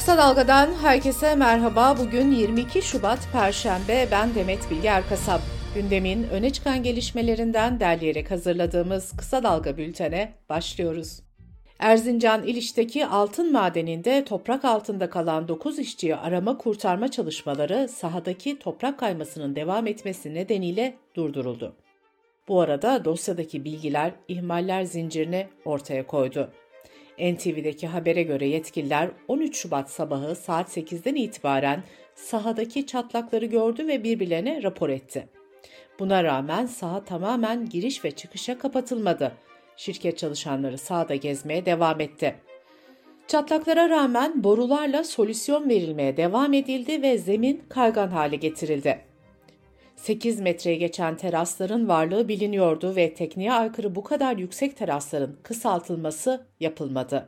Kısa Dalga'dan herkese merhaba. Bugün 22 Şubat Perşembe. Ben Demet Bilge Erkasap. Gündemin öne çıkan gelişmelerinden derleyerek hazırladığımız Kısa Dalga bültene başlıyoruz. Erzincan İliş'teki altın madeninde toprak altında kalan 9 işçiyi arama kurtarma çalışmaları sahadaki toprak kaymasının devam etmesi nedeniyle durduruldu. Bu arada dosyadaki bilgiler ihmaller zincirini ortaya koydu. NTV'deki habere göre yetkililer 13 Şubat sabahı saat 8'den itibaren sahadaki çatlakları gördü ve birbirlerine rapor etti. Buna rağmen saha tamamen giriş ve çıkışa kapatılmadı. Şirket çalışanları sahada gezmeye devam etti. Çatlaklara rağmen borularla solüsyon verilmeye devam edildi ve zemin kaygan hale getirildi. 8 metreye geçen terasların varlığı biliniyordu ve tekniğe aykırı bu kadar yüksek terasların kısaltılması yapılmadı.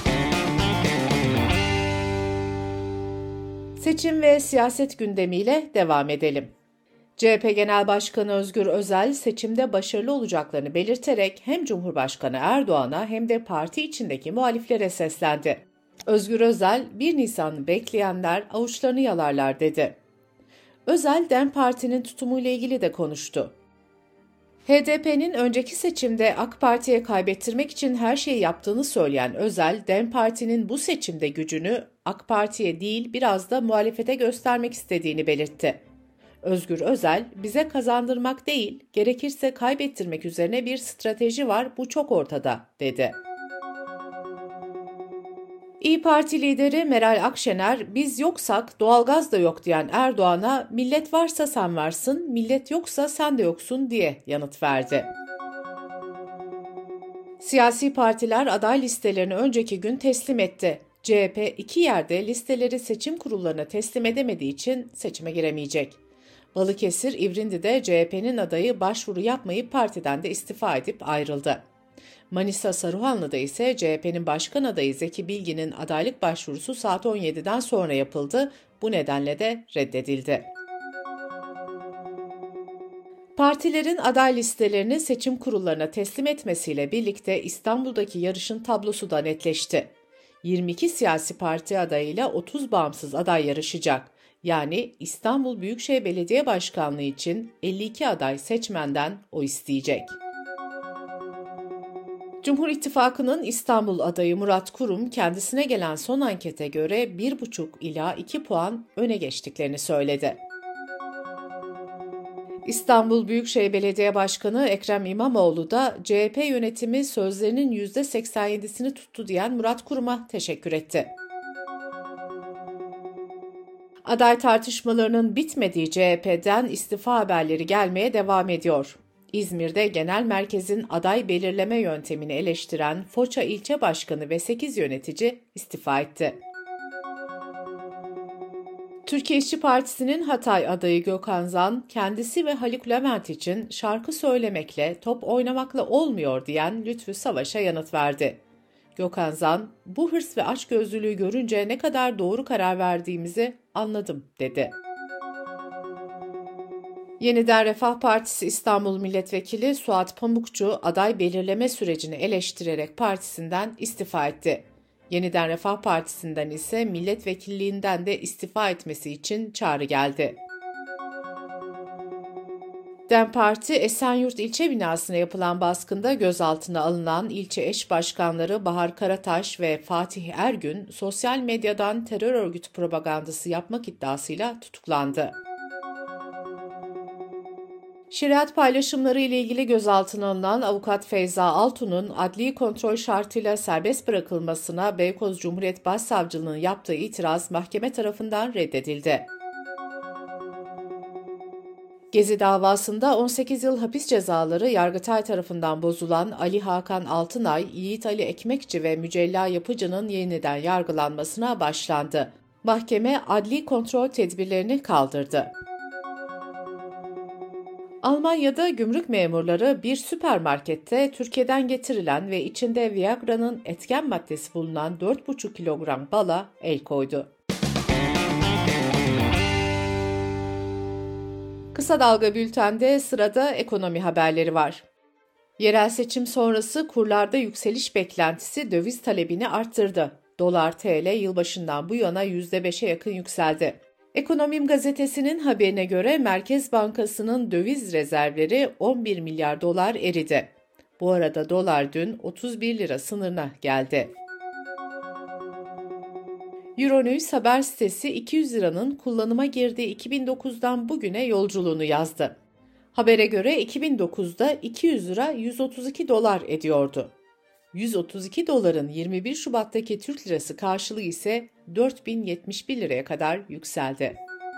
Seçim ve siyaset gündemiyle devam edelim. CHP Genel Başkanı Özgür Özel seçimde başarılı olacaklarını belirterek hem Cumhurbaşkanı Erdoğan'a hem de parti içindeki muhaliflere seslendi. Özgür Özel, 1 Nisan'ı bekleyenler avuçlarını yalarlar dedi. Özel, DEM Parti'nin tutumuyla ilgili de konuştu. HDP'nin önceki seçimde AK Parti'ye kaybettirmek için her şeyi yaptığını söyleyen Özel, DEM Parti'nin bu seçimde gücünü AK Parti'ye değil biraz da muhalefete göstermek istediğini belirtti. Özgür Özel, bize kazandırmak değil, gerekirse kaybettirmek üzerine bir strateji var, bu çok ortada, dedi. İYİ Parti lideri Meral Akşener, biz yoksak doğalgaz da yok diyen Erdoğan'a millet varsa sen varsın, millet yoksa sen de yoksun diye yanıt verdi. Siyasi partiler aday listelerini önceki gün teslim etti. CHP 2 yerde listeleri seçim kurullarına teslim edemediği için seçime giremeyecek. Balıkesir, İvrindi'de CHP'nin adayı başvuru yapmayıp partiden de istifa edip ayrıldı. Manisa Saruhanlı'da ise CHP'nin başkan adayı Zeki Bilgin'in adaylık başvurusu saat 17'den sonra yapıldı. Bu nedenle de reddedildi. Partilerin aday listelerini seçim kurullarına teslim etmesiyle birlikte İstanbul'daki yarışın tablosu da netleşti. 22 siyasi parti adayıyla 30 bağımsız aday yarışacak. Yani İstanbul Büyükşehir Belediye Başkanlığı için 52 aday seçmenden oy isteyecek. Cumhur İttifakı'nın İstanbul adayı Murat Kurum kendisine gelen son ankete göre 1,5 ila 2 puan öne geçtiklerini söyledi. İstanbul Büyükşehir Belediye Başkanı Ekrem İmamoğlu da CHP yönetimi sözlerinin %87'sini tuttu diyen Murat Kurum'a teşekkür etti. Aday tartışmalarının bitmediği CHP'den istifa haberleri gelmeye devam ediyor. İzmir'de genel merkezin aday belirleme yöntemini eleştiren Foça İlçe Başkanı ve 8 yönetici istifa etti. Türkiye İşçi Partisi'nin Hatay adayı Gökhan Zan, kendisi ve Haluk Levent için şarkı söylemekle, top oynamakla olmuyor diyen Lütfü Savaş'a yanıt verdi. Gökhan Zan, bu hırs ve açgözlülüğü görünce ne kadar doğru karar verdiğimizi anladım, dedi. Yeniden Refah Partisi İstanbul Milletvekili Suat Pamukçu aday belirleme sürecini eleştirerek partisinden istifa etti. Yeniden Refah Partisi'nden ise milletvekilliğinden de istifa etmesi için çağrı geldi. DEM Parti Esenyurt ilçe binasına yapılan baskında gözaltına alınan ilçe eş başkanları Bahar Karataş ve Fatih Ergün sosyal medyadan terör örgütü propagandası yapmak iddiasıyla tutuklandı. Şeriat paylaşımları ile ilgili gözaltına alınan avukat Feyza Altun'un adli kontrol şartıyla serbest bırakılmasına Beykoz Cumhuriyet Başsavcılığı'nın yaptığı itiraz mahkeme tarafından reddedildi. Gezi davasında 18 yıl hapis cezaları Yargıtay tarafından bozulan Ali Hakan Altınay, Yiğit Ali Ekmekçi ve Mücella Yapıcı'nın yeniden yargılanmasına başlandı. Mahkeme adli kontrol tedbirlerini kaldırdı. Almanya'da gümrük memurları bir süpermarkette Türkiye'den getirilen ve içinde Viagra'nın etken maddesi bulunan 4,5 kilogram bala el koydu. Kısa Dalga Bülten'de sırada ekonomi haberleri var. Yerel seçim sonrası kurlarda yükseliş beklentisi döviz talebini arttırdı. Dolar TL yılbaşından bu yana %5'e yakın yükseldi. Ekonomim gazetesinin haberine göre Merkez Bankası'nın döviz rezervleri 11 milyar dolar eridi. Bu arada dolar dün 31 lira sınırına geldi. Euronews haber sitesi 200 liranın kullanıma girdiği 2009'dan bugüne yolculuğunu yazdı. Habere göre 2009'da 200 lira 132 dolar ediyordu. 132 doların 21 Şubat'taki Türk lirası karşılığı ise 4071 liraya kadar yükseldi.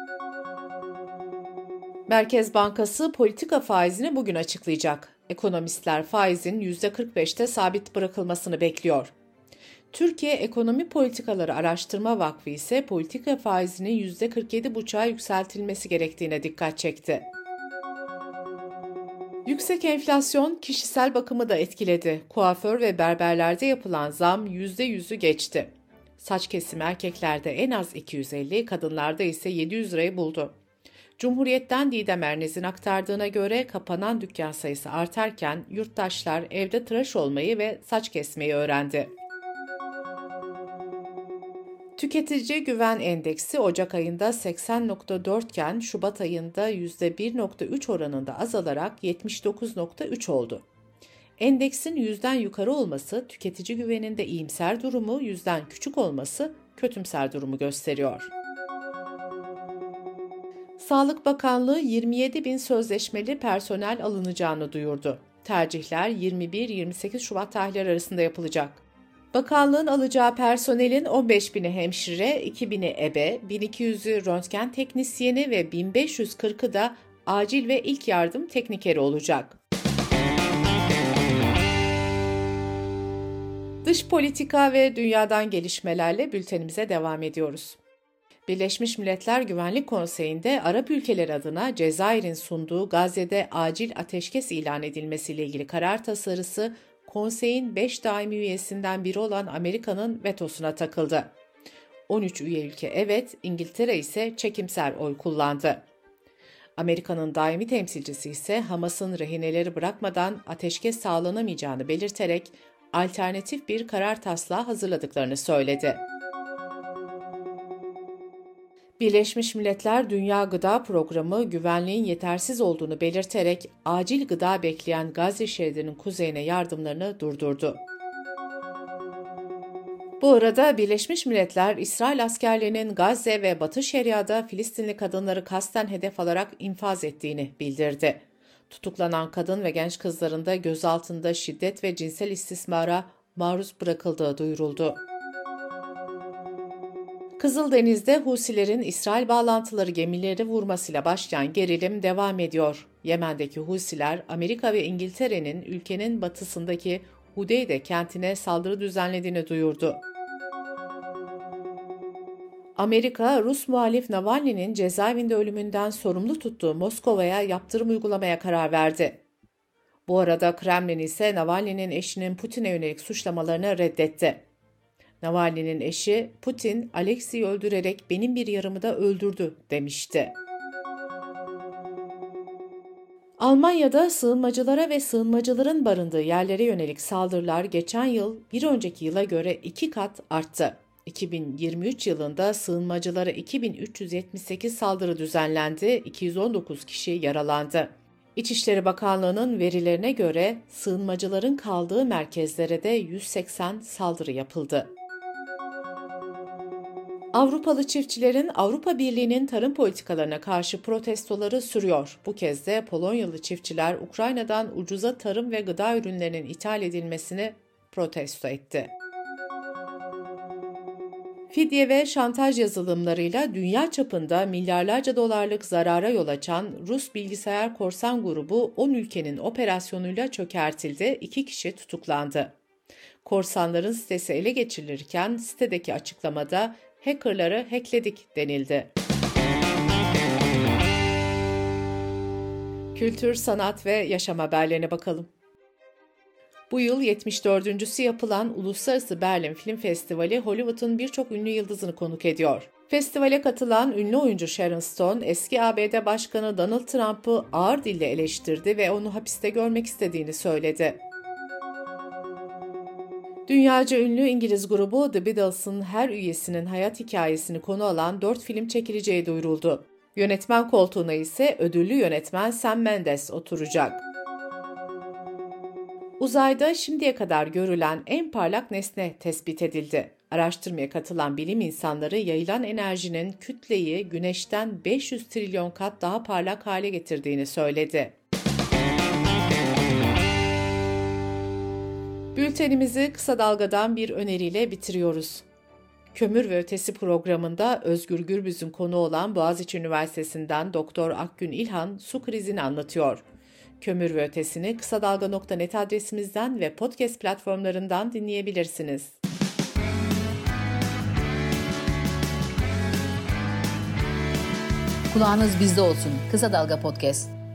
Merkez Bankası politika faizini bugün açıklayacak. Ekonomistler faizin %45'te sabit bırakılmasını bekliyor. Türkiye Ekonomi Politikaları Araştırma Vakfı ise politika faizinin %47,5'a yükseltilmesi gerektiğine dikkat çekti. Yüksek enflasyon kişisel bakımı da etkiledi. Kuaför ve berberlerde yapılan zam %100'ü geçti. Saç kesimi erkeklerde en az 250, kadınlarda ise 700 lirayı buldu. Cumhuriyet'ten Didem Ernez'in aktardığına göre kapanan dükkan sayısı artarken yurttaşlar evde tıraş olmayı ve saç kesmeyi öğrendi. Tüketici Güven Endeksi Ocak ayında 80,4 iken Şubat ayında %1,3 oranında azalarak 79,3 oldu. Endeksin 100'den yukarı olması tüketici güveninde iyimser durumu, 100'den küçük olması kötümser durumu gösteriyor. Sağlık Bakanlığı 27 bin sözleşmeli personel alınacağını duyurdu. Tercihler 21-28 Şubat tarihleri arasında yapılacak. Bakanlığın alacağı personelin 15 bini hemşire, 2 bini ebe, 1200'ü röntgen teknisyeni ve 1540'ı da acil ve ilk yardım teknikeri olacak. Dış politika ve dünyadan gelişmelerle bültenimize devam ediyoruz. Birleşmiş Milletler Güvenlik Konseyi'nde Arap ülkeleri adına Cezayir'in sunduğu Gazze'de acil ateşkes ilan edilmesiyle ilgili karar tasarısı, konseyin 5 daimi üyesinden biri olan Amerika'nın vetosuna takıldı. 13 üye ülke evet, İngiltere ise çekimser oy kullandı. Amerika'nın daimi temsilcisi ise Hamas'ın rehineleri bırakmadan ateşkes sağlanamayacağını belirterek alternatif bir karar taslağı hazırladıklarını söyledi. Birleşmiş Milletler Dünya Gıda Programı güvenliğin yetersiz olduğunu belirterek acil gıda bekleyen Gazze şeridinin kuzeyine yardımlarını durdurdu. Bu arada Birleşmiş Milletler, İsrail askerlerinin Gazze ve Batı Şeria'da Filistinli kadınları kasten hedef alarak infaz ettiğini bildirdi. Tutuklanan kadın ve genç kızların da gözaltında şiddet ve cinsel istismara maruz bırakıldığı duyuruldu. Kızıldeniz'de Husilerin İsrail bağlantıları gemileri vurmasıyla başlayan gerilim devam ediyor. Yemen'deki Husiler, Amerika ve İngiltere'nin ülkenin batısındaki Hudeyde kentine saldırı düzenlediğini duyurdu. Amerika, Rus muhalif Navalny'nin cezaevinde ölümünden sorumlu tuttuğu Moskova'ya yaptırım uygulamaya karar verdi. Bu arada Kremlin ise Navalny'nin eşinin Putin'e yönelik suçlamalarını reddetti. Navalny'nin eşi, Putin, Aleksi'yi öldürerek benim bir yarımı da öldürdü demişti. Almanya'da sığınmacılara ve sığınmacıların barındığı yerlere yönelik saldırılar geçen yıl bir önceki yıla göre 2 kat arttı. 2023 yılında sığınmacılara 2378 saldırı düzenlendi, 219 kişi yaralandı. İçişleri Bakanlığı'nın verilerine göre sığınmacıların kaldığı merkezlere de 180 saldırı yapıldı. Avrupalı çiftçilerin Avrupa Birliği'nin tarım politikalarına karşı protestoları sürüyor. Bu kez de Polonyalı çiftçiler Ukrayna'dan ucuza tarım ve gıda ürünlerinin ithal edilmesini protesto etti. Fidye ve şantaj yazılımlarıyla dünya çapında milyarlarca dolarlık zarara yol açan Rus bilgisayar korsan grubu 10 ülkenin operasyonuyla çökertildi, 2 kişi tutuklandı. Korsanların sitesi ele geçirilirken sitedeki açıklamada hackerları hackledik denildi. Kültür, sanat ve yaşam haberlerine bakalım. Bu yıl 74.'sü yapılan Uluslararası Berlin Film Festivali Hollywood'un birçok ünlü yıldızını konuk ediyor. Festivale katılan ünlü oyuncu Sharon Stone, eski ABD Başkanı Donald Trump'ı ağır dille eleştirdi ve onu hapiste görmek istediğini söyledi. Dünyaca ünlü İngiliz grubu The Beatles'ın her üyesinin hayat hikayesini konu alan 4 film çekileceği duyuruldu. Yönetmen koltuğuna ise ödüllü yönetmen Sam Mendes oturacak. Uzayda şimdiye kadar görülen en parlak nesne tespit edildi. Araştırmaya katılan bilim insanları yayılan enerjinin kütleyi Güneş'ten 500 trilyon kat daha parlak hale getirdiğini söyledi. Bültenimizi kısa dalgadan bir öneriyle bitiriyoruz. Kömür ve Ötesi programında Özgür Gürbüz'ün konuğu olan Boğaziçi Üniversitesi'nden Doktor Akgün İlhan su krizini anlatıyor. Kömür ve Ötesi'ni kısadalga.net adresimizden ve podcast platformlarından dinleyebilirsiniz. Kulağınız bizde olsun. Kısa Dalga Podcast.